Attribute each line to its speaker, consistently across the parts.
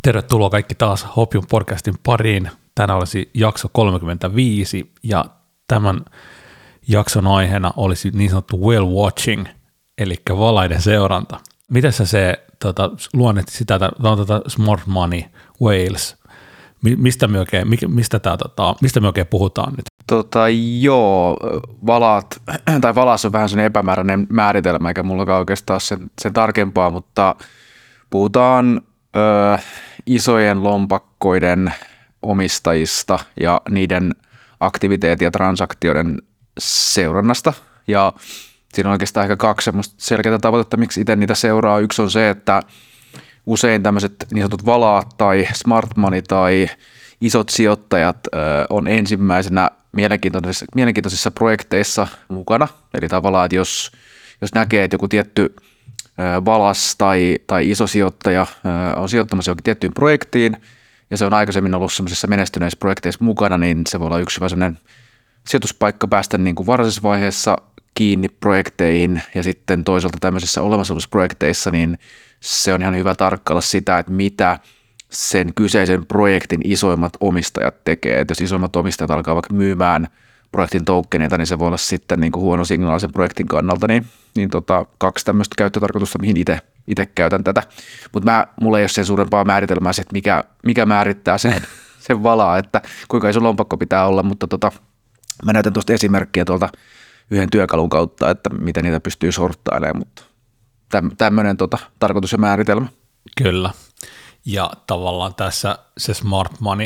Speaker 1: Tervetuloa kaikki taas Hopium podcastin pariin. Tänään olisi jakso 35 ja tämän jakson aiheena olisi niin sanottu whale watching, eli valaiden seuranta. Miten sä luonnehti sitä, smart money, whales, mistä me oikein puhutaan nyt?
Speaker 2: Valas on vähän sellainen epämääräinen määritelmä, eikä mullakaan oikeastaan sen tarkempaa, mutta puhutaan isojen lompakkoiden omistajista ja niiden aktiviteetin ja transaktioiden seurannasta. Ja siinä on oikeastaan ehkä kaksi semmoista selkeää tavoitetta, miksi itse niitä seuraa. Yksi on se, että usein tämmöiset niin sanotut valaat tai smart money tai isot sijoittajat on ensimmäisenä mielenkiintoisissa projekteissa mukana. Eli tavallaan, että jos näkee, että joku tietty valas tai iso sijoittaja on sijoittamassa johonkin tiettyyn projektiin ja se on aikaisemmin ollut semmoisissa menestyneissä projekteissa mukana, niin se voi olla yksi sellainen sijoituspaikka päästä niin kuin varhaisessa vaiheessa kiinni projekteihin ja sitten toisaalta tämmöisissä olemassa olevissa projekteissa, niin se on ihan hyvä tarkkailla sitä, että mitä sen kyseisen projektin isoimmat omistajat tekee. Että jos isoimmat omistajat alkaa vaikka myymään projektin tokeneita, niin se voi olla sitten niin kuin huono signaali sen projektin kannalta, niin kaksi tämmöistä käyttötarkoitusta, mihin itse käytän tätä. Mutta mulla ei ole sen suurempaa määritelmää se, että mikä määrittää sen valaa, että kuinka iso lompakko pitää olla, mutta mä näytän tuosta esimerkkiä tuolta yhden työkalun kautta, että miten niitä pystyy sorttailemaan, mutta tämmöinen tarkoitus ja määritelmä.
Speaker 1: Kyllä, ja tavallaan tässä se smart money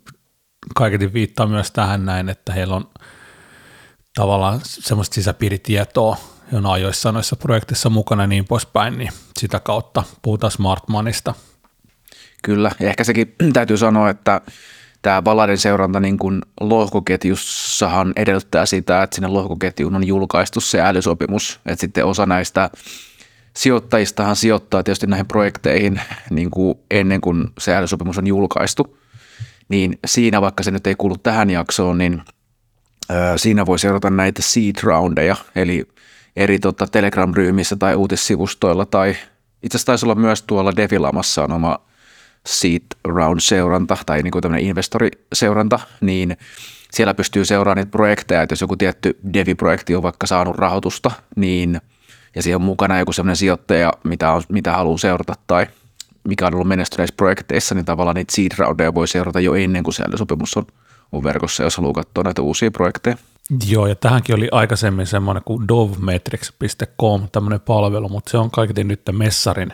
Speaker 1: kaiketi viittaa myös tähän näin, että heillä on tavallaan semmoista sisäpiiritietoa, on ajoissa noissa projekteissa mukana ja niin poispäin, niin sitä kautta puhutaan smart moneysta.
Speaker 2: Kyllä, ja ehkä sekin täytyy sanoa, että tämä valaiden seuranta niin kuin lohkoketjussahan edellyttää sitä, että sinne lohkoketjuun on julkaistu se älysopimus, että sitten osa näistä sijoittajistahan sijoittaa tietysti näihin projekteihin niin kuin ennen kuin se älysopimus on julkaistu, niin siinä vaikka se nyt ei kuulu tähän jaksoon, niin siinä voi seurata näitä seed roundeja, eli eri Telegram-ryhmissä tai uutissivustoilla, tai itse asiassa taisi olla myös tuolla Devilamassa on oma seed round-seuranta tai niin kuin tämmöinen investoriseuranta, niin siellä pystyy seuraamaan niitä projekteja, että jos joku tietty Devi-projekti on vaikka saanut rahoitusta, niin ja siellä on mukana joku semmoinen sijoittaja, mitä haluaa seurata tai mikä on ollut menestyneissä projekteissa, niin tavallaan niitä seed roundeja voi seurata jo ennen kuin se sopimus on verkossa, jos haluaa katsoa näitä uusia projekteja.
Speaker 1: Joo, ja tähänkin oli aikaisemmin semmoinen kuin dovmetrics.com, tämmöinen palvelu, mutta se on kaiketi nyt Messarin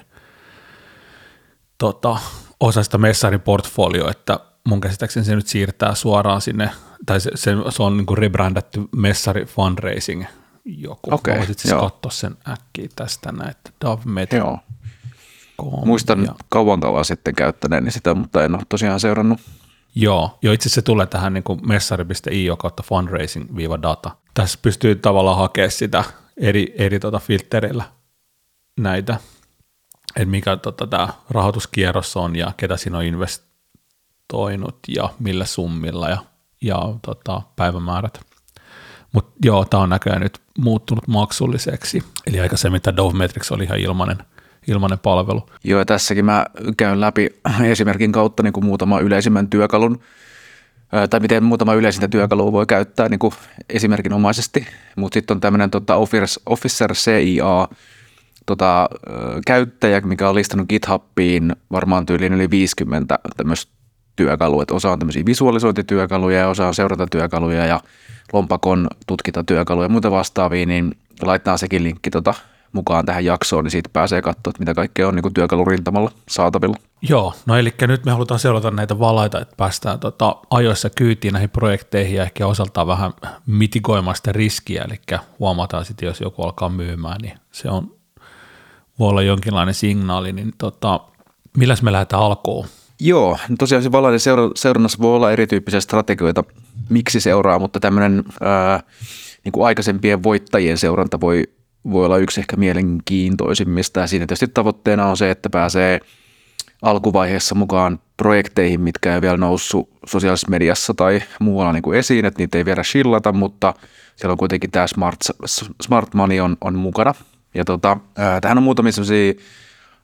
Speaker 1: osa sitä Messarin portfolio, että mun käsittääkseni se nyt siirtää suoraan sinne, tai se on niin kuin rebrandattu Messari Fundraising joku.
Speaker 2: Okei,
Speaker 1: voisit siis katsoa sen äkkiä tästä näitä dovmetrics.
Speaker 2: Joo. Muistan kauan sitten käyttäneeni sitä, mutta en ole tosiaan seurannut.
Speaker 1: Joo, itse asiassa se tulee tähän niin kuin messari.io kautta fundraising-data. Tässä pystyy tavallaan hakemaan sitä eri filttereillä näitä, että mikä tämä rahoituskierros on ja ketä siinä on investoinut ja millä summilla ja päivämäärät. Mutta joo, tämä on näköjään nyt muuttunut maksulliseksi, eli aikaisemmin tämä Dovmetrics oli ihan ilmainen palvelu.
Speaker 2: Joo, tässäkin mä käyn läpi esimerkin kautta niin kuin muutama yleisimmän työkalun, tai miten muutama yleisintä työkalua voi käyttää niin kuin esimerkinomaisesti, mutta sitten on tämmöinen Officer CIA käyttäjä, mikä on listannut GitHubiin varmaan tyyliin yli 50 tämmöistä työkalua, että osa on tämmöisiä visualisointityökaluja ja osa on seurantatyökaluja ja lompakon tutkintatyökaluja ja muuta vastaavia, niin laittaa sekin linkki mukaan tähän jaksoon, niin siitä pääsee katsoa, että mitä kaikkea on niin kuin työkalurintamalla saatavilla.
Speaker 1: Joo, no eli nyt me halutaan seurata näitä valaita, että päästään ajoissa kyytiin näihin projekteihin ja ehkä osaltaan vähän mitigoimaan sitä riskiä, eli huomataan sitten, jos joku alkaa myymään, niin se voi olla jonkinlainen signaali, niin milläs me lähdetään alkuun?
Speaker 2: Joo, tosiaan se valaiden seurannassa voi olla erityyppisiä strategioita, miksi seuraa, mutta tämmöinen niin kuin aikaisempien voittajien seuranta voi olla yksi ehkä mielenkiintoisimmista ja siinä tietysti tavoitteena on se, että pääsee alkuvaiheessa mukaan projekteihin, mitkä ei vielä noussut sosiaalisessa mediassa tai muualla niin kuin esiin, että niitä ei vielä shillata, mutta siellä on kuitenkin tämä smart money on mukana. Ja tähän on muutamia sellaisia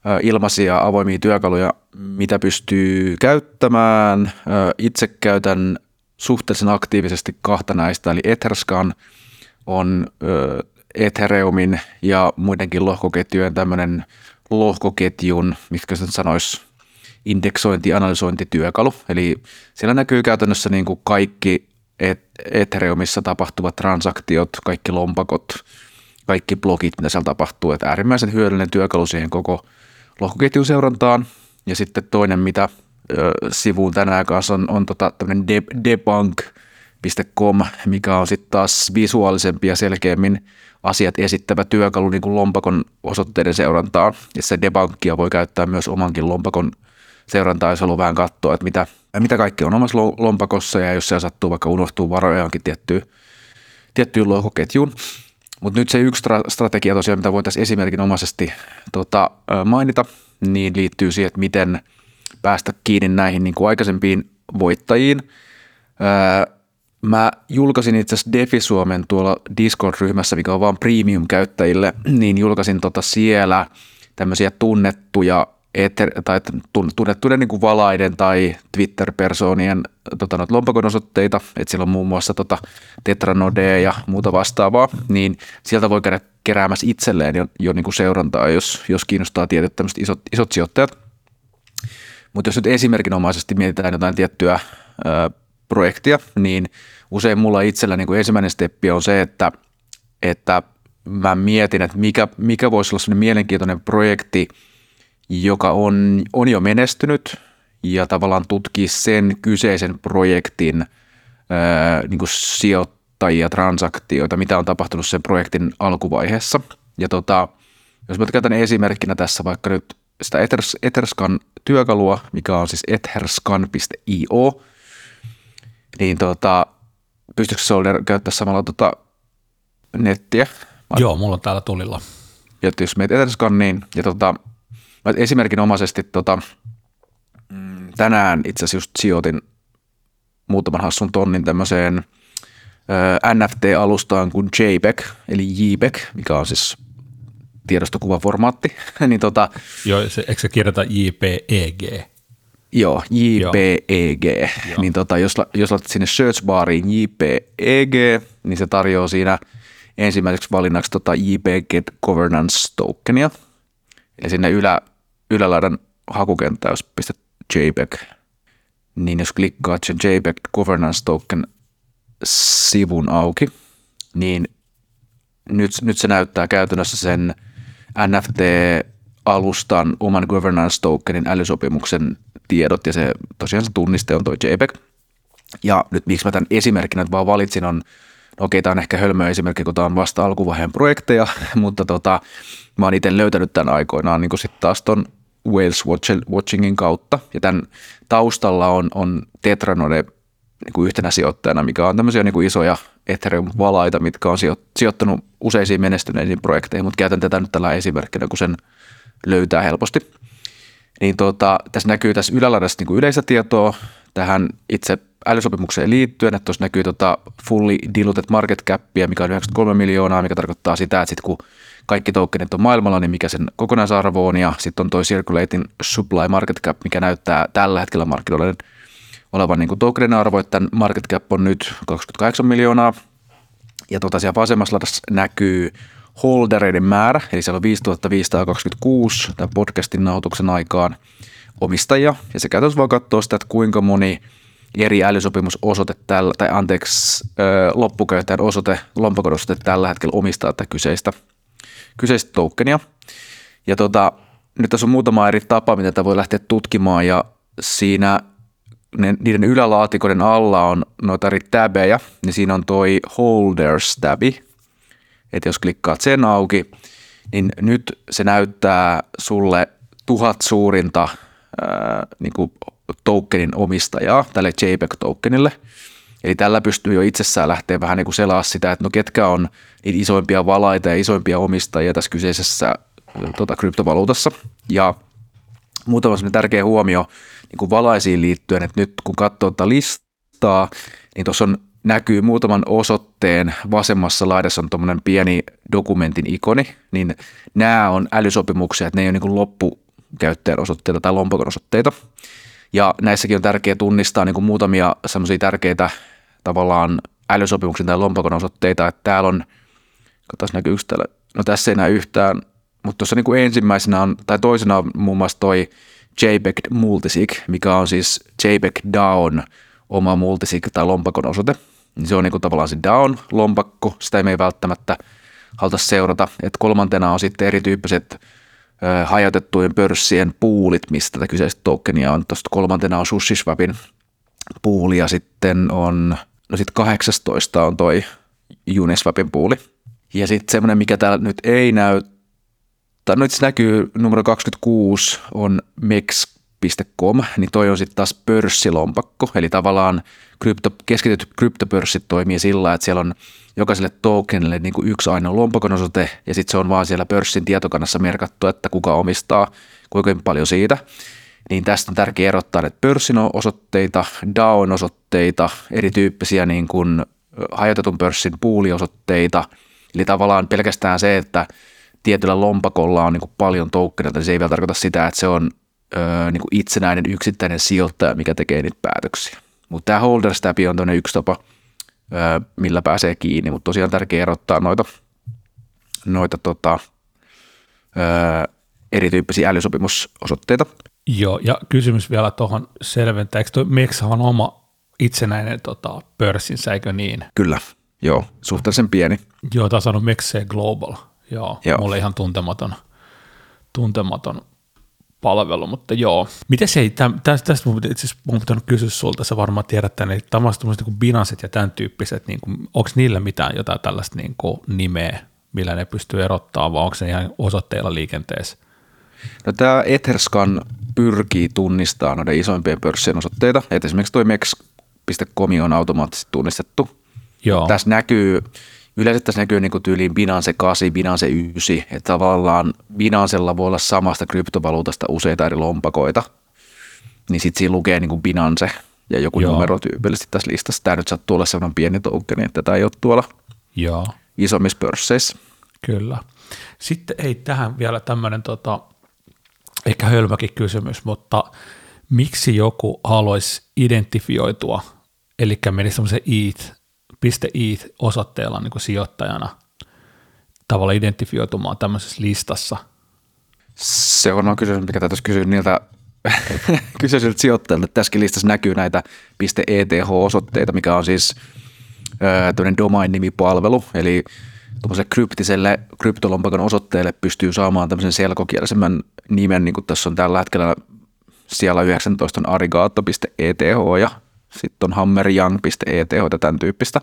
Speaker 2: ilmaisia avoimia työkaluja, mitä pystyy käyttämään. Itse käytän suhteellisen aktiivisesti kahta näistä, eli Etherscan on Ethereumin ja muidenkin lohkoketjujen tämmöinen lohkoketjun, mitkä sen sanoisi, indeksointi- analysointityökalu. Eli siellä näkyy käytännössä niin kuin kaikki Ethereumissa tapahtuvat transaktiot, kaikki lompakot, kaikki blogit, mitä siellä tapahtuu. Että äärimmäisen hyödyllinen työkalu siihen koko lohkoketjun seurantaan. Ja sitten toinen, mitä sivuun tänään kanssa on tämmöinen debunk.com, mikä on sitten taas visuaalisempi ja selkeämmin asiat esittävä työkalu niin kuin lompakon osoitteiden seurantaan. Ja se debunkia voi käyttää myös omankin lompakon seurantaan, jos haluaa vähän katsoa, että mitä kaikki on omassa lompakossa, ja jos siellä sattuu vaikka unohtuu varoja johonkin tiettyyn lohkoketjuun. Mutta nyt se yksi strategia tosiaan, mitä voin tässä esimerkinomaisesti mainita, niin liittyy siihen, että miten päästä kiinni näihin niin kuin aikaisempiin voittajiin. Mä julkaisin itse asiassa DeFi Suomen tuolla Discord-ryhmässä, mikä on vaan premium-käyttäjille, niin julkaisin siellä tämmöisiä tunnettuja tunnettuiden niin kuin valaiden tai Twitter-persoonien lompakon osoitteita, että siellä on muun muassa Tetranodea ja muuta vastaavaa, niin sieltä voi käydä keräämässä itselleen jo niin kuin seurantaa, jos kiinnostaa tietyt tämmöiset isot sijoittajat. Mutta jos nyt esimerkinomaisesti mietitään jotain tiettyä projektia, niin usein mulla itsellä niin kuin ensimmäinen steppi on se, että mä mietin, että mikä voisi olla sellainen mielenkiintoinen projekti, joka on jo menestynyt, ja tavallaan tutkii sen kyseisen projektin niin kuin sijoittajia, transaktioita, mitä on tapahtunut sen projektin alkuvaiheessa. Ja jos mä käytän esimerkkinä tässä vaikka nyt sitä Etherscan työkalua, mikä on siis etherscan.io, niin pystyykö Solder käyttää samalla nettiä?
Speaker 1: Joo, mulla on täällä tulilla.
Speaker 2: Ja jos menet Etherscaniin, ja mä esimerkinomaisesti tänään itse asiassa just sijoitin muutaman hassun tonnin tämmöiseen NFT-alustaan kuin JPEG, eli JPEG, mikä on siis tiedostokuvaformaatti. niin
Speaker 1: Joo, eikö se kirjoita JPEG?
Speaker 2: Joo, JPEG. Joo. Niin jos laitat sinne search bariin JPEG, niin se tarjoaa siinä ensimmäiseksi valinnaksi JPEG Governance Tokenia. Eli sinne ylälaidan hakukenttään, jos pistät JPEG, niin jos klikkaat sen JPEG Governance Token sivun auki, niin nyt se näyttää käytännössä sen NFT-alustan oman Governance Tokenin älysopimuksen tiedot, ja se tosiaan se tunniste on toi JPEG. Ja nyt miksi mä tämän esimerkkinä nyt vaan valitsin on, okei, tämä on ehkä hölmöä esimerkki, kun tämä on vasta alkuvaiheen projekteja, mutta mä oon itse löytänyt tämän aikoinaan niin sitten taas ton Whales Watchingin kautta, ja tämän taustalla on Tetranode niin kuin yhtenä sijoittajana, mikä on tämmöisiä niin kuin isoja Ethereum-valaita, mitkä on sijoittanut useisiin menestyneisiin projekteihin, mutta käytän tätä nyt tällä esimerkkinä, kun sen löytää helposti. Niin tässä näkyy tässä ylälaidassa niin kuin yleistä tietoa tähän itse älysopimukseen liittyen, että tuossa näkyy fully diluted market capia, mikä on 93 miljoonaa, mikä tarkoittaa sitä, että sitten kun kaikki tokenit on maailmalla, niin mikä sen kokonaisarvo on, ja sitten on toi circulating supply market cap, mikä näyttää tällä hetkellä markkinoiden olevan niin kuin tokenin arvo, että tämän market cap on nyt 28 miljoonaa, ja siellä vasemmassa laidassa näkyy holdereiden määrä, eli siellä on 5526 tämän podcastin nauhoituksen aikaan omistajia, ja se käytännössä voi katsoa sitä, että kuinka moni eri älysopimusosoite loppukäyttäjän osoite, lompakon osoite tällä hetkellä omistaa tätä kyseistä tokenia. Ja nyt tässä on muutama eri tapa, mitä tätä voi lähteä tutkimaan, ja siinä niiden ylälaatikoiden alla on noita eri täbejä, niin siinä on toi Holders-täbi, että jos klikkaat sen auki, niin nyt se näyttää sulle 1000 suurinta niin kuin tokenin omistajaa tälle JPEG-tokenille. Eli tällä pystyy jo itsessään lähteä vähän niin kuin selaa sitä, että no ketkä on niitä isoimpia valaita ja isoimpia omistajia tässä kyseisessä kryptovaluutassa. Ja muutama sellainen tärkeä huomio niin kuin valaisiin liittyen, että nyt kun katsoo tätä listaa, niin tuossa näkyy muutaman osoitteen vasemmassa laidassa on tuommoinen pieni dokumentin ikoni, niin nämä on älysopimuksia, että ne ei ole niin kuin käyttäjän osoitteita tai lompakon osoitteita. Ja näissäkin on tärkeää tunnistaa niin kuin muutamia semmoisia tärkeitä tavallaan älysopimuksen tai lompakon osoitteita, että täällä on, katsotaan näkyykö täällä, no tässä ei näe yhtään, mutta tuossa niin kuin ensimmäisenä on, tai toisena on muun muassa toi JPEG Multisig, mikä on siis JPEG DAOn oma multisig tai lompakon osoite. Se on niin kuin tavallaan se DAOn-lompakko, sitä ei me välttämättä haluta seurata. Et kolmantena on sitten erityyppiset hajautettujen pörssien poolit, mistä tätä kyseistä tokenia on. Tuosta kolmantena on SushiSwapin pooli ja sitten on, no sitten 18 on toi Uniswapin pooli. Ja sitten semmoinen, mikä täällä nyt ei näy, tai nyt se näkyy numero 26 on mex.com, niin toi on sitten taas pörssilompakko, eli tavallaan keskitetyt kryptopörssit toimii sillä, että siellä on jokaiselle tokenille niin kuin yksi ainoa lompakon osoite, ja sitten se on vaan siellä pörssin tietokannassa merkattu, että kuka omistaa, kuinka paljon siitä. Niin tästä on tärkeää erottaa näitä pörssin osoitteita, DAOn osoitteita, erityyppisiä niin kuin hajautetun pörssin pooliosoitteita, eli tavallaan pelkästään se, että tietyllä lompakolla on niin kuin paljon tokeneita, niin se ei vielä tarkoita sitä, että se on niin kuin itsenäinen yksittäinen sijoittaja, mikä tekee niitä päätöksiä. Mutta tämä holder step on toinen yksi tapa, millä pääsee kiinni, mutta tosiaan tärkeää erottaa noita erityyppisiä älysopimusosoitteita.
Speaker 1: Joo, ja kysymys vielä tuohon selventää, eikö tuo Mexa on oma itsenäinen pörssinsä, eikö niin?
Speaker 2: Kyllä, joo, suhteellisen pieni.
Speaker 1: Joo, tämä on sanonut Mexe Global, joo. Mulle ihan tuntematon palvelu, mutta joo. Miten se ei, tästä mun pitänyt kysyä sulta, sä varmaan tiedät tänne, että tämmöiset niin Binancet ja tämän tyyppiset, niin onko niillä mitään jotain tällaista niin kuin nimeä, millä ne pystyy erottamaan, vai onko se ihan osoitteilla liikenteessä?
Speaker 2: No tämä Etherscan pyrkii tunnistamaan noiden isoimpien pörssien osoitteita, että esimerkiksi toi mex.com on automaattisesti tunnistettu.
Speaker 1: Joo.
Speaker 2: Tässä näkyy niin kuin tyyliin Binance 8, Binance 9, että tavallaan Binancella voi olla samasta kryptovaluutasta useita eri lompakoita, niin sitten siinä lukee niin kuin Binance ja joku numero tyypillisesti tässä listassa. Tämä nyt sattuu olla sellainen pieni tokeni, että tämä ei ole tuolla isommissa pörsseissä.
Speaker 1: Kyllä. Sitten ei tähän vielä tämmöinen ehkä hölmäkin kysymys, mutta miksi joku haluaisi identifioitua, eli menisi semmoisen .eth-osoitteella niin kuin sijoittajana tavallaan identifioitumaan tämmöisessä listassa?
Speaker 2: Se on varmaan kysymys, mikä täytyisi kysyä niiltä kyseisiltä sijoittajilta. Tässäkin listassa näkyy näitä .eth-osoitteita, mikä on siis tämmöinen domain-nimipalvelu, eli tuollaiselle kryptiselle kryptolompakon osoitteelle pystyy saamaan tämmöisen selkokielisen nimen, niin kuin tässä on tällä hetkellä siellä 19 on arigato.eth ja sitten on hammeryoung.eth ja tämän tyyppistä.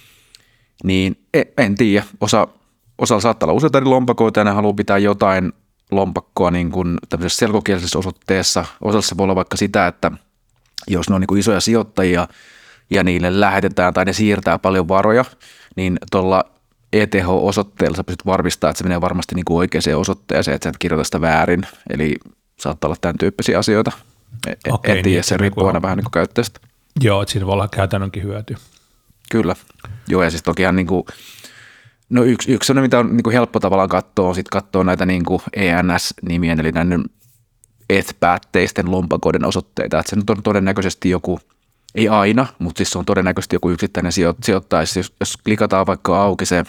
Speaker 2: Niin en tiedä, osalla saattaa olla useita eri lompakoita ja ne haluaa pitää jotain lompakkoa niin kuin tämmöisessä selkokielisessä osoitteessa. Osalla se voi olla vaikka sitä, että jos ne on niin kuin isoja sijoittajia ja niille lähetetään tai ne siirtää paljon varoja, niin tuolla ETH-osoitteella sä pystyt varmistamaan, että se menee varmasti niin kuin oikeaan osoitteeseen, että sä et kirjoita sitä väärin. Eli saattaa olla tämän tyyppisiä asioita. En tiedä, se riippuu aina vähän niin kuin käyttäjästä.
Speaker 1: Joo, että siinä voi olla käytännönkin hyöty.
Speaker 2: Kyllä. Joo, ja siis tokihan niin kuin, no yksi on, mitä on niin kuin helppo tavallaan katsoa, on sitten katsoa näitä niin kuin ENS-nimien, eli näiden ETH-päätteisten lompakoiden osoitteita. Että se nyt on todennäköisesti joku, ei aina, mutta siis se on todennäköisesti joku yksittäinen sijoittaja. Jos klikataan vaikka auki se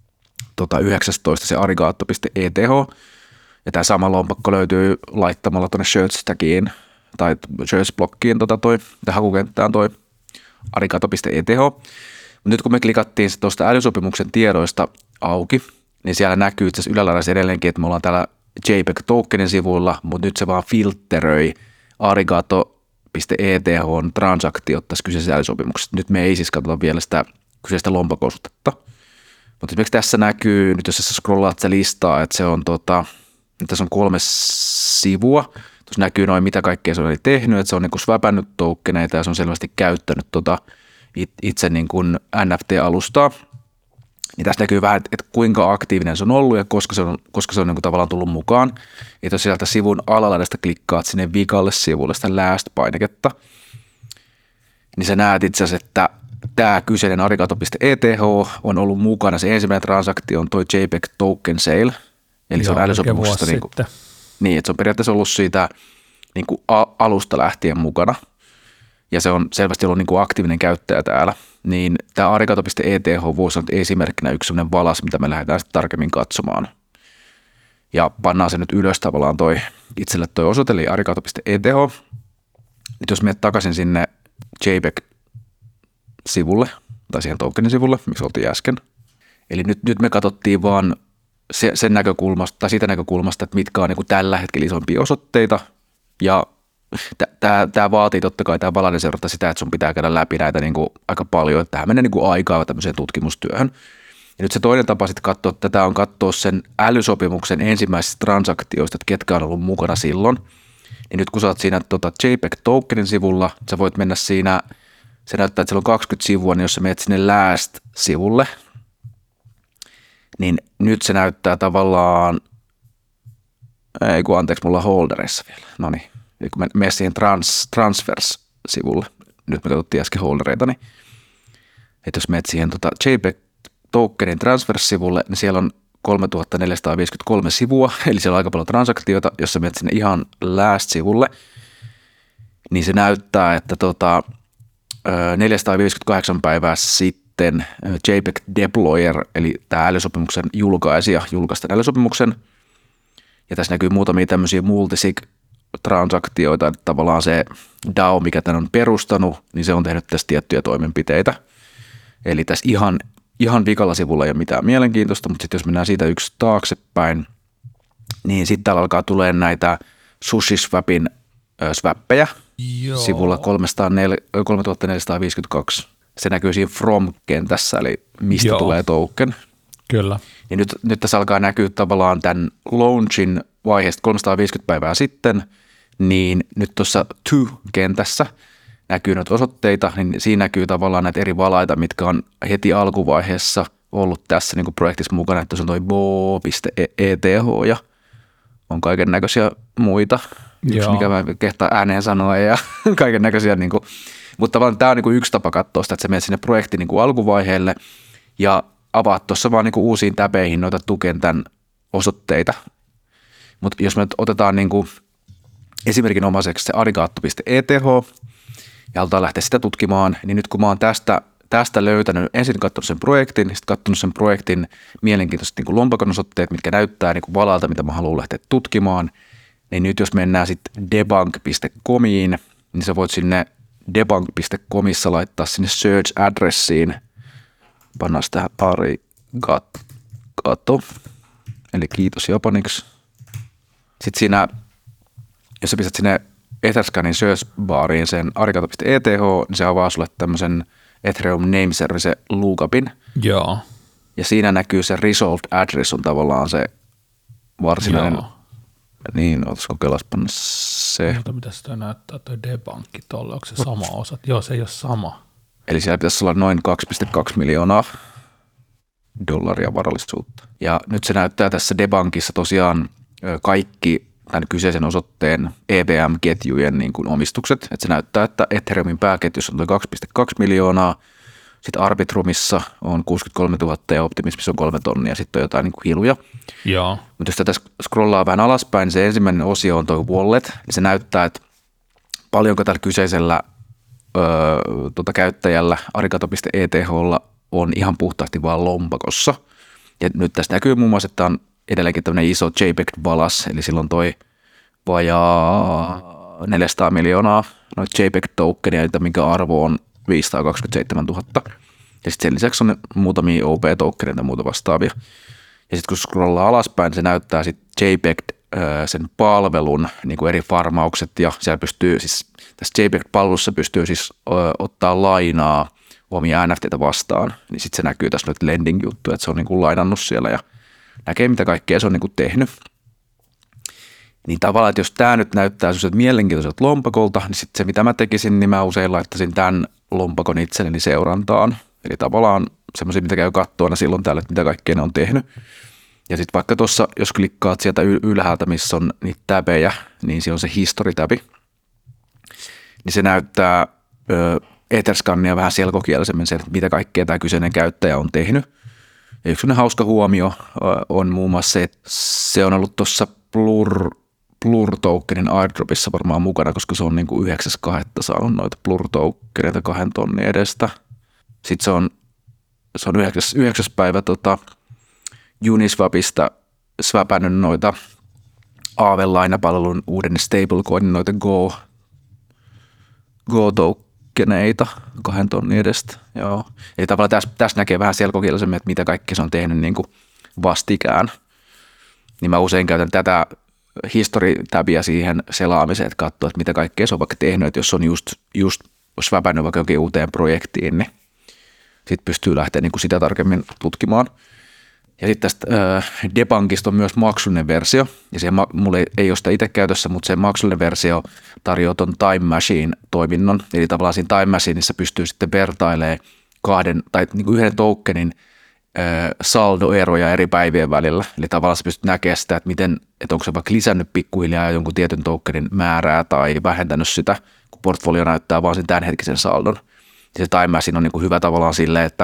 Speaker 2: 19, se arigato.eth, ja tämä sama lompakko löytyy laittamalla tuonne Search-tagiin tai Search-blokkiin tai hakukenttään toi arigato.eth. Nyt kun me klikattiin tuosta älysopimuksen tiedoista auki, niin siellä näkyy itse asiassa ylälaidassa edelleenkin, että me ollaan täällä JPEG-tokenin sivuilla, mutta nyt se vaan filtteröi arigato.eth transaktiot tässä kyseisessä älysopimuksessa. Nyt me ei siis katsota vielä sitä kyseistä lompakostetta. Mutta esimerkiksi tässä näkyy, nyt jos sä scrollaat se listaa, että se on tässä on 3 sivua. Tuossa näkyy noin, mitä kaikkea se on tehnyt, että se on niin kuin swapannut tokeneita ja se on selvästi käyttänyt itse niin kuin NFT-alustaa. Niin tässä näkyy vähän, että kuinka aktiivinen se on ollut ja koska se on niin kuin tavallaan tullut mukaan. Ja jos sieltä sivun alalaidasta klikkaat sinne vikalle sivulle sitä last-painiketta, niin sä näet itse asiassa, että tämä kyseinen arigato.eth on ollut mukana. Se ensimmäinen transaktio on toi JPEG token sale, eli se on älysopimuksesta. Niin, että se on periaatteessa ollut siitä niin kuin alusta lähtien mukana, ja se on selvästi ollut niin kuin aktiivinen käyttäjä täällä, niin tämä arigato.eth voisi olla esimerkkinä yksi sellainen valas, mitä me lähdetään sitten tarkemmin katsomaan. Ja pannaan se nyt ylös tavallaan itselle toi osoite, eli arigato.eth. Nyt jos menet takaisin sinne JPEG-sivulle, tai siihen tokenin sivulle, missä oltiin äsken. Eli nyt me katsottiin vaan sen näkökulmasta, tai siitä näkökulmasta, että mitkä on niin kuin tällä hetkellä isompia osoitteita, ja tämä vaatii totta kai tämä valainen seurata sitä, että sun pitää käydä läpi näitä niin kuin aika paljon, että tähän menee niin kuin aikaa tämmöiseen tutkimustyöhön. Ja nyt se toinen tapa sitten katsoa tätä on katsoa sen älysopimuksen ensimmäisistä transaktioista, että ketkä on ollut mukana silloin. Ja nyt kun sä oot siinä JPEG-tokenin sivulla, sä voit mennä siinä, se näyttää, että siellä on 20 sivua, niin jos sä menet sinne last-sivulle, niin nyt se näyttää tavallaan, mulla on holderissa vielä, no niin. Eli kun menen siihen transfers-sivulle, nyt me katsottiin äsken holdereita, niin että jos menet siihen JPEG-tokenin transfers-sivulle, niin siellä on 3453 sivua, eli siellä on aika paljon transaktioita. Jos sä menet sinne ihan last-sivulle, niin se näyttää, että 458 päivää sitten JPEG Deployer, eli tämä älysopimuksen julkaisija, julkaisi tämän älysopimuksen, ja tässä näkyy muutamia tämmöisiä multisig-transaktioita, että tavallaan se DAO, mikä tämän on perustanut, niin se on tehnyt tässä tiettyjä toimenpiteitä. Eli tässä ihan vikalla sivulla ei ole mitään mielenkiintoista, mutta sitten jos mennään siitä yksi taaksepäin, niin sitten täällä alkaa tulee näitä SushiSwapin swappeja sivulla 3452. Se näkyy siinä from-kentässä, eli mistä tulee token.
Speaker 1: Kyllä.
Speaker 2: Ja nyt tässä alkaa näkyä tavallaan tämän launchin vaiheesta 350 päivää sitten, niin nyt tuossa to-kentässä näkyy noita osoitteita, niin siinä näkyy tavallaan näitä eri valaita, mitkä on heti alkuvaiheessa ollut tässä niin kuin projektissa mukana, että se on toi bo.eth ja on kaiken näköisiä muita, yksi mikä mä kehtaan ääneen sanoa ja kaiken näköisiä, niin kuin, mutta tavallaan tämä on niin kuin yksi tapa katsoa sitä, että sä menet sinne projektin niin kuin alkuvaiheelle ja avaat tuossa vaan niin kuin uusiin täpeihin noita tukentän osoitteita, mutta jos me nyt otetaan niin kuin esimerkinomaiseksi se arigato.eth, ja halutaan lähteä sitä tutkimaan, niin nyt kun mä oon tästä löytänyt, ensin katsonut sen projektin, sitten katsonut sen projektin mielenkiintoiset niin kuin lompakon osoitteet, mitkä näyttää niin kuin valalta, mitä mä haluan lähteä tutkimaan, niin nyt jos mennään sitten debunk.comiin, niin sä voit sinne debunk.comissa laittaa sinne search addressiin, pannaan sitä arigato, eli kiitos japaniksi. Sitten siinä, jos sä pistät sinne Etherscanin search-baariin sen arigato.eth, niin se avaa sulle tämmöisen Ethereum name service lookupin.
Speaker 1: Joo.
Speaker 2: Ja siinä näkyy se result address on tavallaan se varsinainen.
Speaker 1: Joo.
Speaker 2: Niin, ootas kokeilas panna se.
Speaker 1: Mutta mitä sitä näyttää tuo debunkki tolle, onko se sama osa? Joo, se ei ole sama.
Speaker 2: Eli siellä pitäisi olla noin 2,2 miljoonaa dollaria varallisuutta. Ja nyt se näyttää tässä debunkissa tosiaan kaikki tämän kyseisen osoitteen EVM-ketjujen niin kuin omistukset. Että se näyttää, että Ethereumin pääketjussa on tuo 2,2 miljoonaa, sitten Arbitrumissa on 63 000 ja Optimismissa on 3 tonnia, sitten on jotain niin kuin hiluja.
Speaker 1: Joo.
Speaker 2: Mutta jos tätä scrollaa vähän alaspäin, niin se ensimmäinen osio on tuo wallet, niin se näyttää, että paljonko tällä kyseisellä käyttäjällä arigato.eth:lla on ihan puhtaasti vaan lompakossa. Ja nyt tässä näkyy muun muassa, että on edelleenkin tämmöinen iso JPEG-valas, eli silloin toi vajaa 400 miljoonaa noita JPEG-tokenia, minkä arvo on 527 000. Ja sitten sen lisäksi on muutamia OP-tokeneita ja muuta vastaavia. Ja sitten kun scrollaa alaspäin, se näyttää sitten JPEG sen palvelun niin kuin eri farmaukset, ja siellä pystyy siis, tässä JPEG-palvelussa pystyy siis ottaa lainaa omia NFTitä vastaan, niin sitten se näkyy tässä nyt lending-juttu, että se on niin kuin lainannut siellä ja näkee, mitä kaikkea se on niin kuin tehnyt. Niin tavallaan, että jos tämä nyt näyttää sellaiset mielenkiintoiselta lompakolta, niin sitten se, mitä mä tekisin, niin mä usein laittaisin tämän lompakon itselleni seurantaan. Eli tavallaan semmoisia, mitä käy kattoona silloin täällä, että mitä kaikkea ne on tehnyt. Ja sitten vaikka tuossa, jos klikkaat sieltä ylhäältä, missä on niitä täbejä, niin siellä on se history-täbi. Niin se näyttää Etherscania vähän selkokielisemmin se, että mitä kaikkea tämä kyseinen käyttäjä on tehnyt. Ja yksi hauska huomio on muun muassa se, että se on ollut tuossa Blur-tokenin airdropissa varmaan mukana, koska se on niin kuin 9.2. saanut noita Blur-tokeneita 2 tonnin edestä. Sitten se on 9. päivä Uniswapista swapannut noita Aave-lainapalvelun uuden stablecoinin, noita Go-tokeneita 2 tonnin edestä. Joo. Eli tavallaan tässä näkee vähän selkokielisemmin, että mitä kaikkea se on tehnyt niin kuin vastikään. Niin mä usein käytän tätä history-tabia siihen selaamiseen, että katsoo, että mitä kaikkea se on vaikka tehnyt, että jos on just swapannut vaikka jokin uuteen projektiin, niin sitten pystyy lähteä niin kuin sitä tarkemmin tutkimaan. Ja sitten tästä Debunkista on myös maksullinen versio, ja se mulla ei ole sitä itse käytössä, mutta se maksullinen versio tarjoaa ton Time Machine-toiminnon, eli tavallaan siinä Time Machineissa pystyy sitten vertailemaan niin kuin yhden tokenin saldoeroja eri päivien välillä, eli tavallaan sä pystyt näkemään sitä, että onko se vaikka lisännyt pikkuhiljaa jonkun tietyn tokenin määrää tai vähentänyt sitä, kun portfolio näyttää vaan sen tämänhetkisen saldon. Ja se Time Machine on niin kuin hyvä tavallaan silleen, että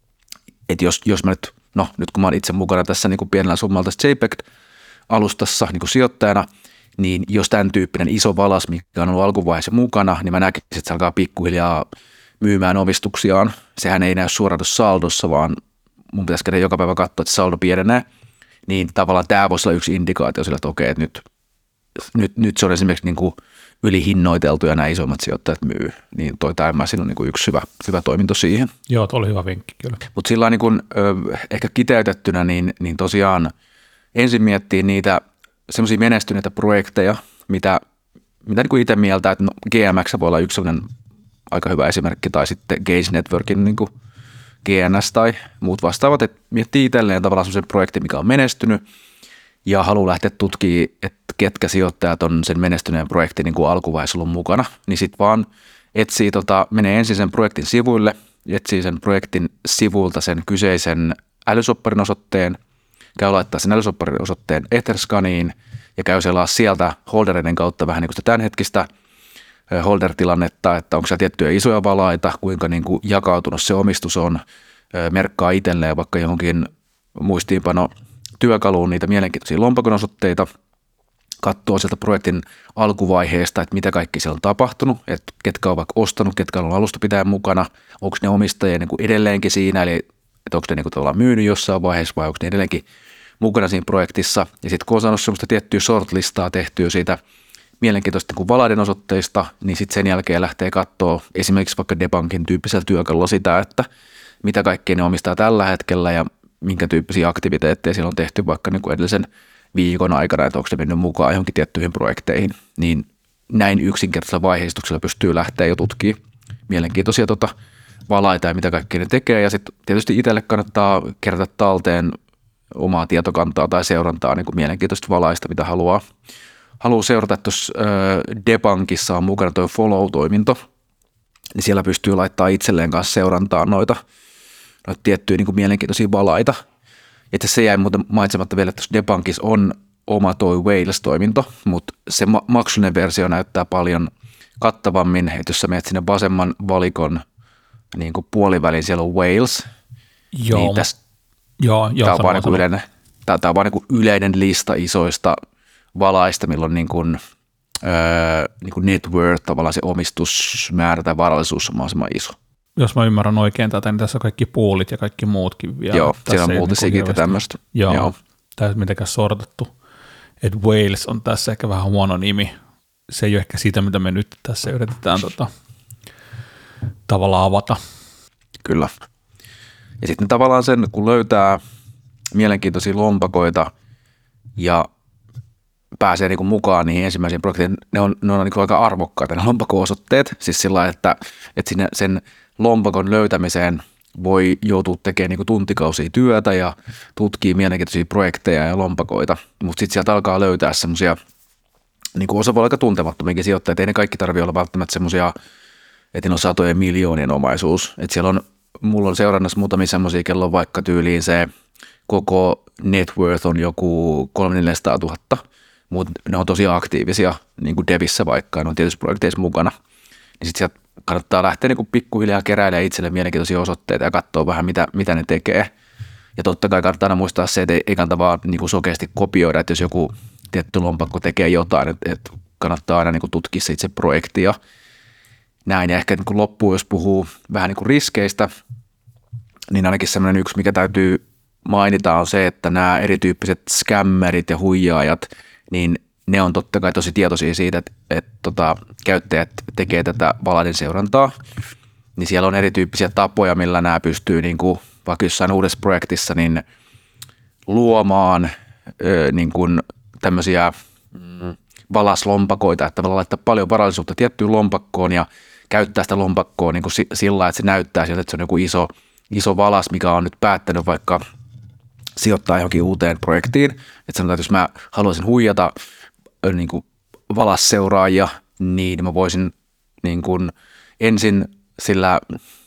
Speaker 2: jos mä nyt kun mä oon itse mukana tässä niin kuin pienellä summalla tässä JPEG-alustassa niin kuin sijoittajana, niin jos tämän tyyppinen iso valas, mikä on ollut alkuvaiheessa mukana, niin mä näkisin, että se alkaa pikkuhiljaa myymään omistuksiaan. Sehän ei näy suoraan saldossa, vaan mun pitäisi käydä joka päivä katsoa, että saldo pienenee. Niin tavallaan tämä voisi olla yksi indikaatio sillä, että okei, että nyt se on esimerkiksi niin kuin ylihinnoiteltu ja nämä isommat sijoittajat myy. Niin toi Time Machine on niin kuin yksi hyvä toiminto siihen.
Speaker 1: Joo, tuo oli hyvä vinkki kyllä.
Speaker 2: Mutta sillä niin kuin, ehkä kiteytettynä, niin tosiaan ensin miettii niitä semmoisia menestyneitä projekteja, mitä niin kuin itse mieltä, että GMX voi olla yksi sellainen aika hyvä esimerkki, tai sitten Gauge Networkin niin kuin GNS tai muut vastaavat, että miettii itselleen tavallaan semmoisen projektin, mikä on menestynyt, ja haluaa lähteä tutkimaan, että ketkä sijoittajat on sen menestyneen projektin niin kuin alkuvaiheessa ollut mukana, niin sitten vaan etsii, menee ensin sen projektin sivuille, etsii sen projektin sivulta sen kyseisen älysopparin osoitteen, käy laittaa sen älysopparin osoitteen Etherscaniin ja käy selaa sieltä holdereiden kautta vähän niin kuin sitä tämänhetkistä holder-tilannetta, että onko siellä tiettyjä isoja valaita, kuinka niin kuin jakautunut se omistus on, merkkaa itselleen vaikka johonkin muistiinpano työkaluun niitä mielenkiintoisia lompakon osoitteita, katsoo sieltä projektin alkuvaiheesta, että mitä kaikki siellä on tapahtunut, että ketkä on vaikka ostanut, ketkä on alusta pitäen mukana, onko ne omistajia niin kuin edelleenkin siinä, eli että onko ne niin kuin tavallaan myynyt jossain vaiheessa vai onko ne edelleenkin mukana siinä projektissa. Ja sitten kun on saanut sellaista tiettyä shortlistaa tehtyä siitä mielenkiintoista niin kuin valaiden osoitteista, niin sitten sen jälkeen lähtee katsoa esimerkiksi vaikka Debunkin tyyppisellä työkalulla sitä, että mitä kaikkea ne omistaa tällä hetkellä ja minkä tyyppisiä aktiviteetteja siellä on tehty vaikka niin kuin edellisen viikon aikana, että onko se mennyt mukaan johonkin tiettyihin projekteihin, niin näin yksinkertaisella vaiheistuksella pystyy lähteä jo tutkimaan mielenkiintoisia valaita ja mitä kaikkea ne tekee. Ja sitten tietysti itselle kannattaa kerätä talteen omaa tietokantaa tai seurantaa niin kuin mielenkiintoista valaista, mitä haluaa seurata. Tuossa Debunkissa on mukana tuo follow-toiminto, niin siellä pystyy laittaa itselleen kanssa seurantaa noita tiettyjä niin kuin mielenkiintoisia valaita. Itse se jäi muuten mainitsematta vielä, että tuossa Debunkissa on oma toi Whales-toiminto, mutta se maksullinen versio näyttää paljon kattavammin, että jos sä menet sinne vasemman valikon niin kuin puoliväliin, siellä on Whales.
Speaker 1: Joo.
Speaker 2: Niin tämä on vaan niin kuin yleinen lista isoista valaista, milloin niin kuin net worth, tavallaan se omistusmäärä tai varallisuus on mahdollisimman iso.
Speaker 1: Jos mä ymmärrän oikein tätä, niin tässä on kaikki poolit ja kaikki muutkin vielä.
Speaker 2: Joo, siellä on multisigit ja tämmöistä.
Speaker 1: Joo. Tämä ei ole mitenkään sortattu. Että Whales on tässä ehkä vähän huono nimi. Se ei ole ehkä siitä, mitä me nyt tässä yritetään tavallaan avata.
Speaker 2: Kyllä. Ja sitten tavallaan sen, kun löytää mielenkiintoisia lompakoita ja pääsee niin kuin mukaan niihin ensimmäisiin projekteihin, ne on niin kuin aika arvokkaita ne lompako-osoitteet. Siis sillä lailla, että sinne sen lompakon löytämiseen voi joutua tekemään niin kuin tuntikausia työtä ja tutkii mielenkiintoisia projekteja ja lompakoita, mutta sitten sieltä alkaa löytää semmoisia, niin kuin osa voi olla aika tuntemattomiakin sijoittajia, ei ne kaikki tarvitse olla välttämättä semmoisia, että ne on satojen miljoonien omaisuus. Että siellä on, mulla on seurannassa muutamia semmoisia, kello on vaikka tyyliin se koko net worth on joku 300 000 mutta ne on tosi aktiivisia, niin kuin Devissä vaikka, ne on tietysti projekteissa mukana. Niin sitten sieltä kannattaa lähteä niin kuin pikkuhiljaa keräilemään itselle mielenkiintoisia osoitteita ja katsoa vähän, mitä ne tekee. Ja totta kai kannattaa aina muistaa se, että ei kannata vaan niin kuin sokeasti kopioida, että jos joku tietty lompakko tekee jotain, että kannattaa aina niin kuin tutkia se itse projekti ja näin. Ja ehkä niin kuin loppuun, jos puhuu vähän niin kuin riskeistä, niin ainakin semmoinen yksi, mikä täytyy mainita, on se, että nämä erityyppiset skämmerit ja huijaajat, niin ne on totta kai tosi tietoisia siitä, että käyttäjät tekee tätä valaiden seurantaa, niin siellä on erityyppisiä tapoja, millä nämä pystyy niin kuin, vaikka jossain uudessa projektissa niin luomaan niin kuin tämmöisiä valaslompakoita, että tavallaan laittaa paljon varallisuutta tiettyyn lompakkoon ja käyttää sitä lompakkoa niin kuin sillä, että se näyttää siltä, että se on joku iso valas, mikä on nyt päättänyt vaikka sijoittaa johonkin uuteen projektiin. Että sanotaan, että jos mä haluaisin huijata niin kuin valasseuraajia, niin mä voisin niin kuin ensin sillä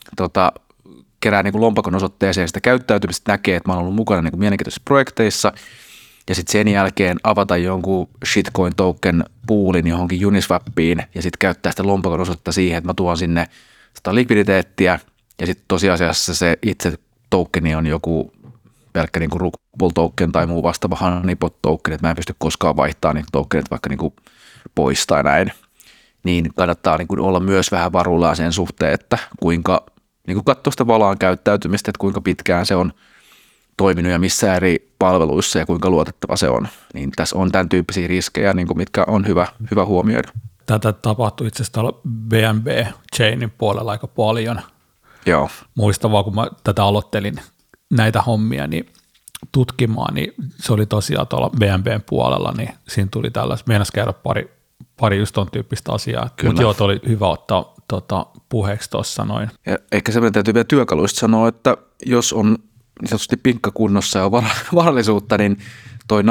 Speaker 2: kerää niin kuin lompakon osoitteeseen sitä käyttäytymistä, näkee, että mä oon ollut mukana niin kuin mielenkiintoisissa projekteissa, ja sitten sen jälkeen avata jonkun shitcoin token poolin johonkin Uniswappiin, ja sitten käyttää sitä lompakon osoitetta siihen, että mä tuon sinne sitä likviditeettiä, ja sitten tosiasiassa se itse tokeni on joku pelkkä niin kuin Rug token tai muu vastaava honeypot token, että mä en pysty koskaan vaihtamaan niitä tokenit vaikka niin kuin pois tai näin. Niin kannattaa niin kuin olla myös vähän varuillaan sen suhteen, että kuinka niin kuin katsoa sitä valaan käyttäytymistä, että kuinka pitkään se on toiminut ja missä eri palveluissa ja kuinka luotettava se on. Niin tässä on tämän tyyppisiä riskejä, niin kuin mitkä on hyvä huomioida.
Speaker 1: Tätä tapahtui itse asiassa tuolla BNB-chainin puolella aika paljon.
Speaker 2: Joo.
Speaker 1: Muistan vaan, kun mä tätä aloittelin näitä hommia niin tutkimaan, niin se oli tosiaan tuolla BNBn puolella, niin siinä tuli tällaista, meinas käydä pari just ton tyyppistä asiaa. Mutta joo, oli hyvä ottaa puheeksi tuossa noin. Ja
Speaker 2: ehkä semmoinen täytyy vielä työkaluista sanoa, että jos on niin sanotusti pinkkakunnossa ja varallisuutta, niin toi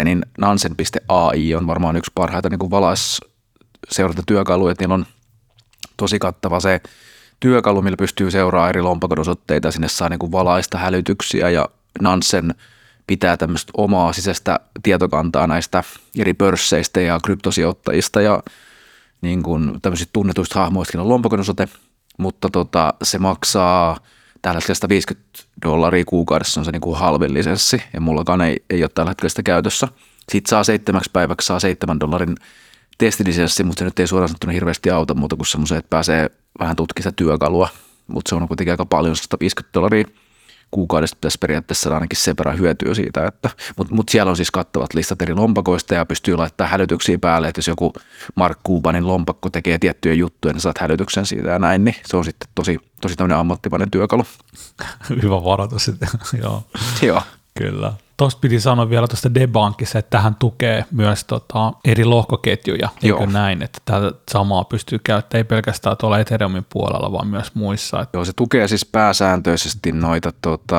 Speaker 2: Nansen.ai on varmaan yksi parhaita niin kuin valaisseurantatyökaluja, että niillä on tosi kattava se työkalu, millä pystyy seuraamaan eri lompakon osoitteita, sinne saa niin kuin valaista hälytyksiä ja Nansen pitää tämmöistä omaa sisäistä tietokantaa näistä eri pörsseistä ja kryptosijoittajista ja niin kuin tämmöisistä tunnetuista hahmoistakin on lompakon osoite, mutta se maksaa tällä hetkellä $150 kuukaudessa on se niin kuin halvin lisenssi ja mullakaan ei ole tällä hetkellä sitä käytössä. Sitten saa 7 päiväksi saa $7 testilisenssi, mutta se nyt ei suoraan sanottuna hirveästi auta muuta kuin semmoisen, että pääsee vähän tutkimaan sitä työkalua, mutta se on kuitenkin aika paljon, $150 kuukaudesta pitäisi periaatteessa saada ainakin sen verran hyötyä siitä, mutta siellä on siis kattavat listat eri lompakoista ja pystyy laittamaan hälytyksiä päälle, että jos joku Mark Cubanin lompakko tekee tiettyjä juttuja, niin saat hälytyksen siitä ja näin, niin se on sitten tosi tämmöinen ammattimainen työkalu.
Speaker 1: Hyvä varoitus sitten, joo.
Speaker 2: Joo.
Speaker 1: Kyllä. Tuosta piti sanoa vielä tuosta debunkissa, että tähän tukee myös eri lohkoketjuja, eikö näin, että tätä samaa pystyy käyttämään ei pelkästään tuolla Ethereumin puolella, vaan myös muissa.
Speaker 2: Joo, se tukee siis pääsääntöisesti noita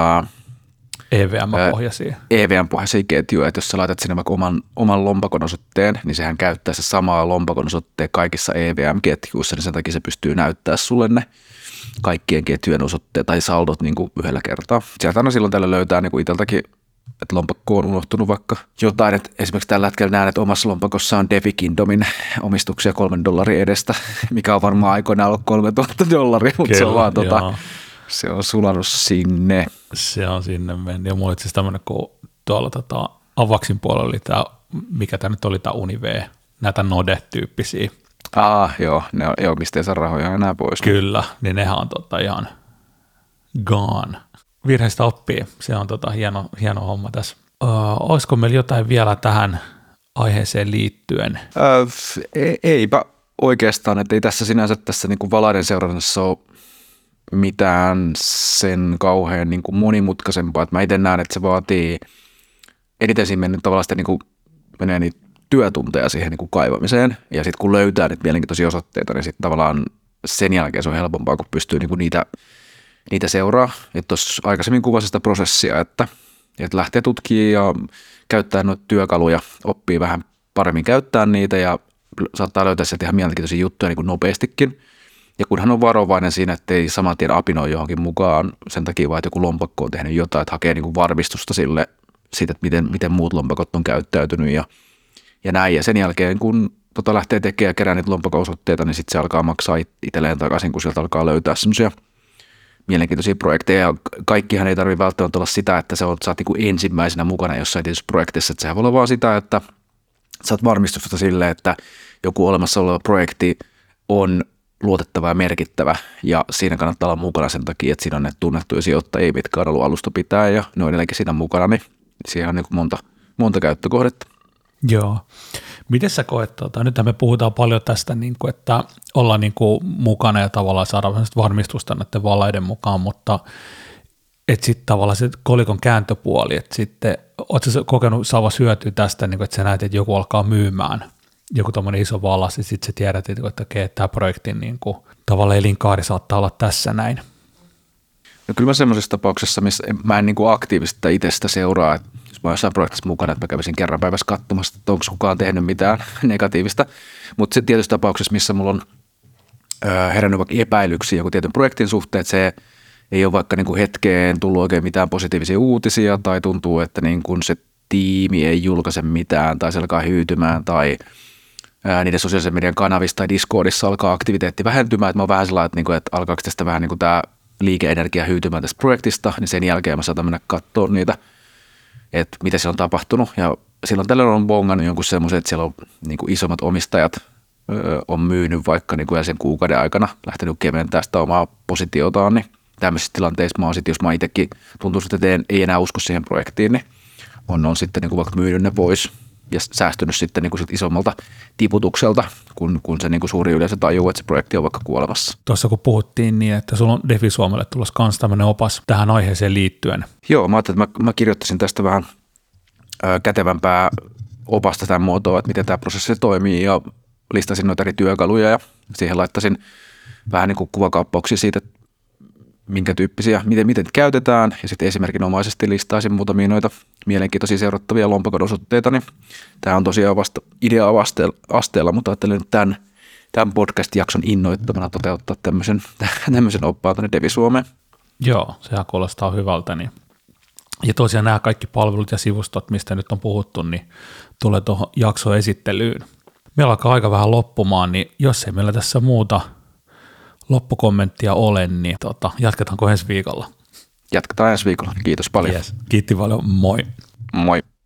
Speaker 1: EVM-pohjaisia.
Speaker 2: EVM-pohjaisia ketjuja, että jos sä laitat sinne vaikka oman lompakon osoitteen, niin sehän käyttää se samaa lompakon osoitteen kaikissa EVM-ketjuissa, niin sen takia se pystyy näyttämään sulle ne kaikkien ketjujen osoitteet tai saldot niin kuin yhdellä kertaa. Sieltä aina silloin tällä löytää niin kuin itseltäkin, että lompakko on unohtunut vaikka jotain, että esimerkiksi tällä hetkellä näen, että omassa lompakossa on Defi Kingdomin omistuksia $3 edestä, mikä on varmaan aikoinaan ollut $3,000, mutta se on vaan se on sulanut sinne.
Speaker 1: Se on sinne mennyt. Ja mulla oli siis tämmöinen, kun tuolla Avaksin puolella oli tämä, mikä tämä nyt oli, tämä Unive, näitä Node-tyyppisiä.
Speaker 2: Joo, mistä ei saa rahoja enää pois.
Speaker 1: Kyllä, niin nehän on ihan gone. Virheistä oppii, se on hieno homma tässä. Olisiko meillä jotain vielä tähän aiheeseen liittyen?
Speaker 2: Eipä oikeastaan, että ei tässä sinänsä tässä niin kuin valaiden seurannassa ole mitään sen kauhean niin kuin monimutkaisempaa. Että mä itse näen, että se vaatii eniten siinä mennyt tavallaan sitä niin kuin menee niitä työtunteja siihen niin kuin kaivamiseen. Ja sitten kun löytää niitä mielenkiintoisia osoitteita, niin sitten tavallaan sen jälkeen se on helpompaa, kun pystyy niin kuin niitä seuraa. Että tuossa aikaisemmin kuvasin sitä prosessia, että lähtee tutkimaan ja käyttää noita työkaluja, oppii vähän paremmin käyttää niitä ja saattaa löytää sieltä ihan mielenkiintoisia juttuja niin kuin nopeastikin. Ja kunhan on varovainen siinä, että ei saman tien apinoi johonkin mukaan sen takia vaan, että joku lompakko on tehnyt jotain, että hakee niin kuin varmistusta siitä, että miten muut lompakot on käyttäytynyt ja näin. Ja sen jälkeen, kun lähtee tekemään ja kerää niitä lompakko-osoitteita, niin sitten se alkaa maksaa itselleen takaisin, kun sieltä alkaa löytää semmoisia mielenkiintoisia projekteja. Ja kaikkihan ei tarvitse välttämättä olla sitä, että sä oot niin kuin ensimmäisenä mukana jossain tietyssä projektissa. Että sehän voi olla vaan sitä, että saat varmistusta sille, että joku olemassa oleva projekti on luotettava ja merkittävä, ja siinä kannattaa olla mukana sen takia, että siinä on ne tunnettuja sijoittajia, mitkä on ollut alusta pitää, ja ne on edelleenkin siinä mukana, niin siihen on niin kuin monta käyttökohdetta.
Speaker 1: Joo. Miten sä koet, nythän me puhutaan paljon tästä, niin kuin, että ollaan niin kuin mukana ja tavallaan saadaan varmistusta näiden valaiden mukaan, mutta että sitten tavallaan se kolikon kääntöpuoli, että sitten ootko sä kokenut saavasi hyötyä tästä, niin kuin, että sä näet, että joku alkaa myymään joku tommoinen iso vallas, ja sitten sä tiedät, että okei, tämä projektin niin kuin, tavallaan elinkaari saattaa olla tässä näin.
Speaker 2: No kyllä mä semmoisessa tapauksessa, missä mä en niin kuin aktiivisesti itsestä seuraa, että jos mä oon jossain projektissa mukana, että mä kävisin kerran päivässä katsomassa, että onko kukaan tehnyt mitään negatiivista, mutta se tietyissä tapauksessa, missä mulla on herännyt vaikka epäilyksiä joku tietyn projektin suhteen, että se ei ole vaikka niin kuin hetkeen tullut oikein mitään positiivisia uutisia tai tuntuu, että niin kuin se tiimi ei julkaise mitään tai se alkaa hyytymään tai niiden sosiaalisen median kanavissa tai Discordissa alkaa aktiviteetti vähentymään, että mä oon vähän sellainen, että alkaako tästä vähän niin kuin tämä liikeenergia hyytymään tästä projektista, niin sen jälkeen mä saatan mennä katsoa niitä, että mitä siellä on tapahtunut. Ja silloin tällöin on bongannut jonkun semmoisen, että siellä on niin kuin isommat omistajat on myynyt vaikka niin kuin sen kuukauden aikana, lähtenyt keventämään sitä omaa positiotaan, niin tämmöisissä tilanteissa mä oon sitten, jos mä itsekin tuntuu, että ei enää usko siihen projektiin, niin on sitten niin kuin vaikka myynyt ne pois ja säästynyt sitten niin kuin isommalta tiputukselta, kun se niin kuin suuri yleisö tajuu, että se projekti on vaikka kuolemassa.
Speaker 1: Tuossa kun puhuttiin niin, että sulla on Defi Suomelle tulossa myös tämmöinen opas tähän aiheeseen liittyen.
Speaker 2: Joo, mä ajattelin, että mä kirjoittaisin tästä vähän kätevämpää opasta tämän muotoa, että miten tämä prosessi toimii ja listasin noita eri työkaluja ja siihen laittaisin vähän niin kuin kuvakaappauksia siitä, minkä tyyppisiä, miten käytetään, ja sitten esimerkinomaisesti listaisin muutamia noita mielenkiintoisia seurattavia lompakon osoitteita, niin tämä on tosiaan vasta idea-asteella, mutta ajattelin tämän podcast-jakson innoittamana toteuttaa tämmöisen oppaan tuonne Devi Suomeen.
Speaker 1: Joo, sehän kuulostaa hyvältä. Niin. Ja tosiaan nämä kaikki palvelut ja sivustot, mistä nyt on puhuttu, niin tulee tuohon jakson esittelyyn. Meillä alkaa aika vähän loppumaan, niin jos ei meillä tässä muuta loppukommenttia ole, niin jatketaanko ensi viikolla?
Speaker 2: Jatketaan ensi viikolla. Kiitos paljon.
Speaker 1: Yes. Kiitti paljon. Moi.
Speaker 2: Moi.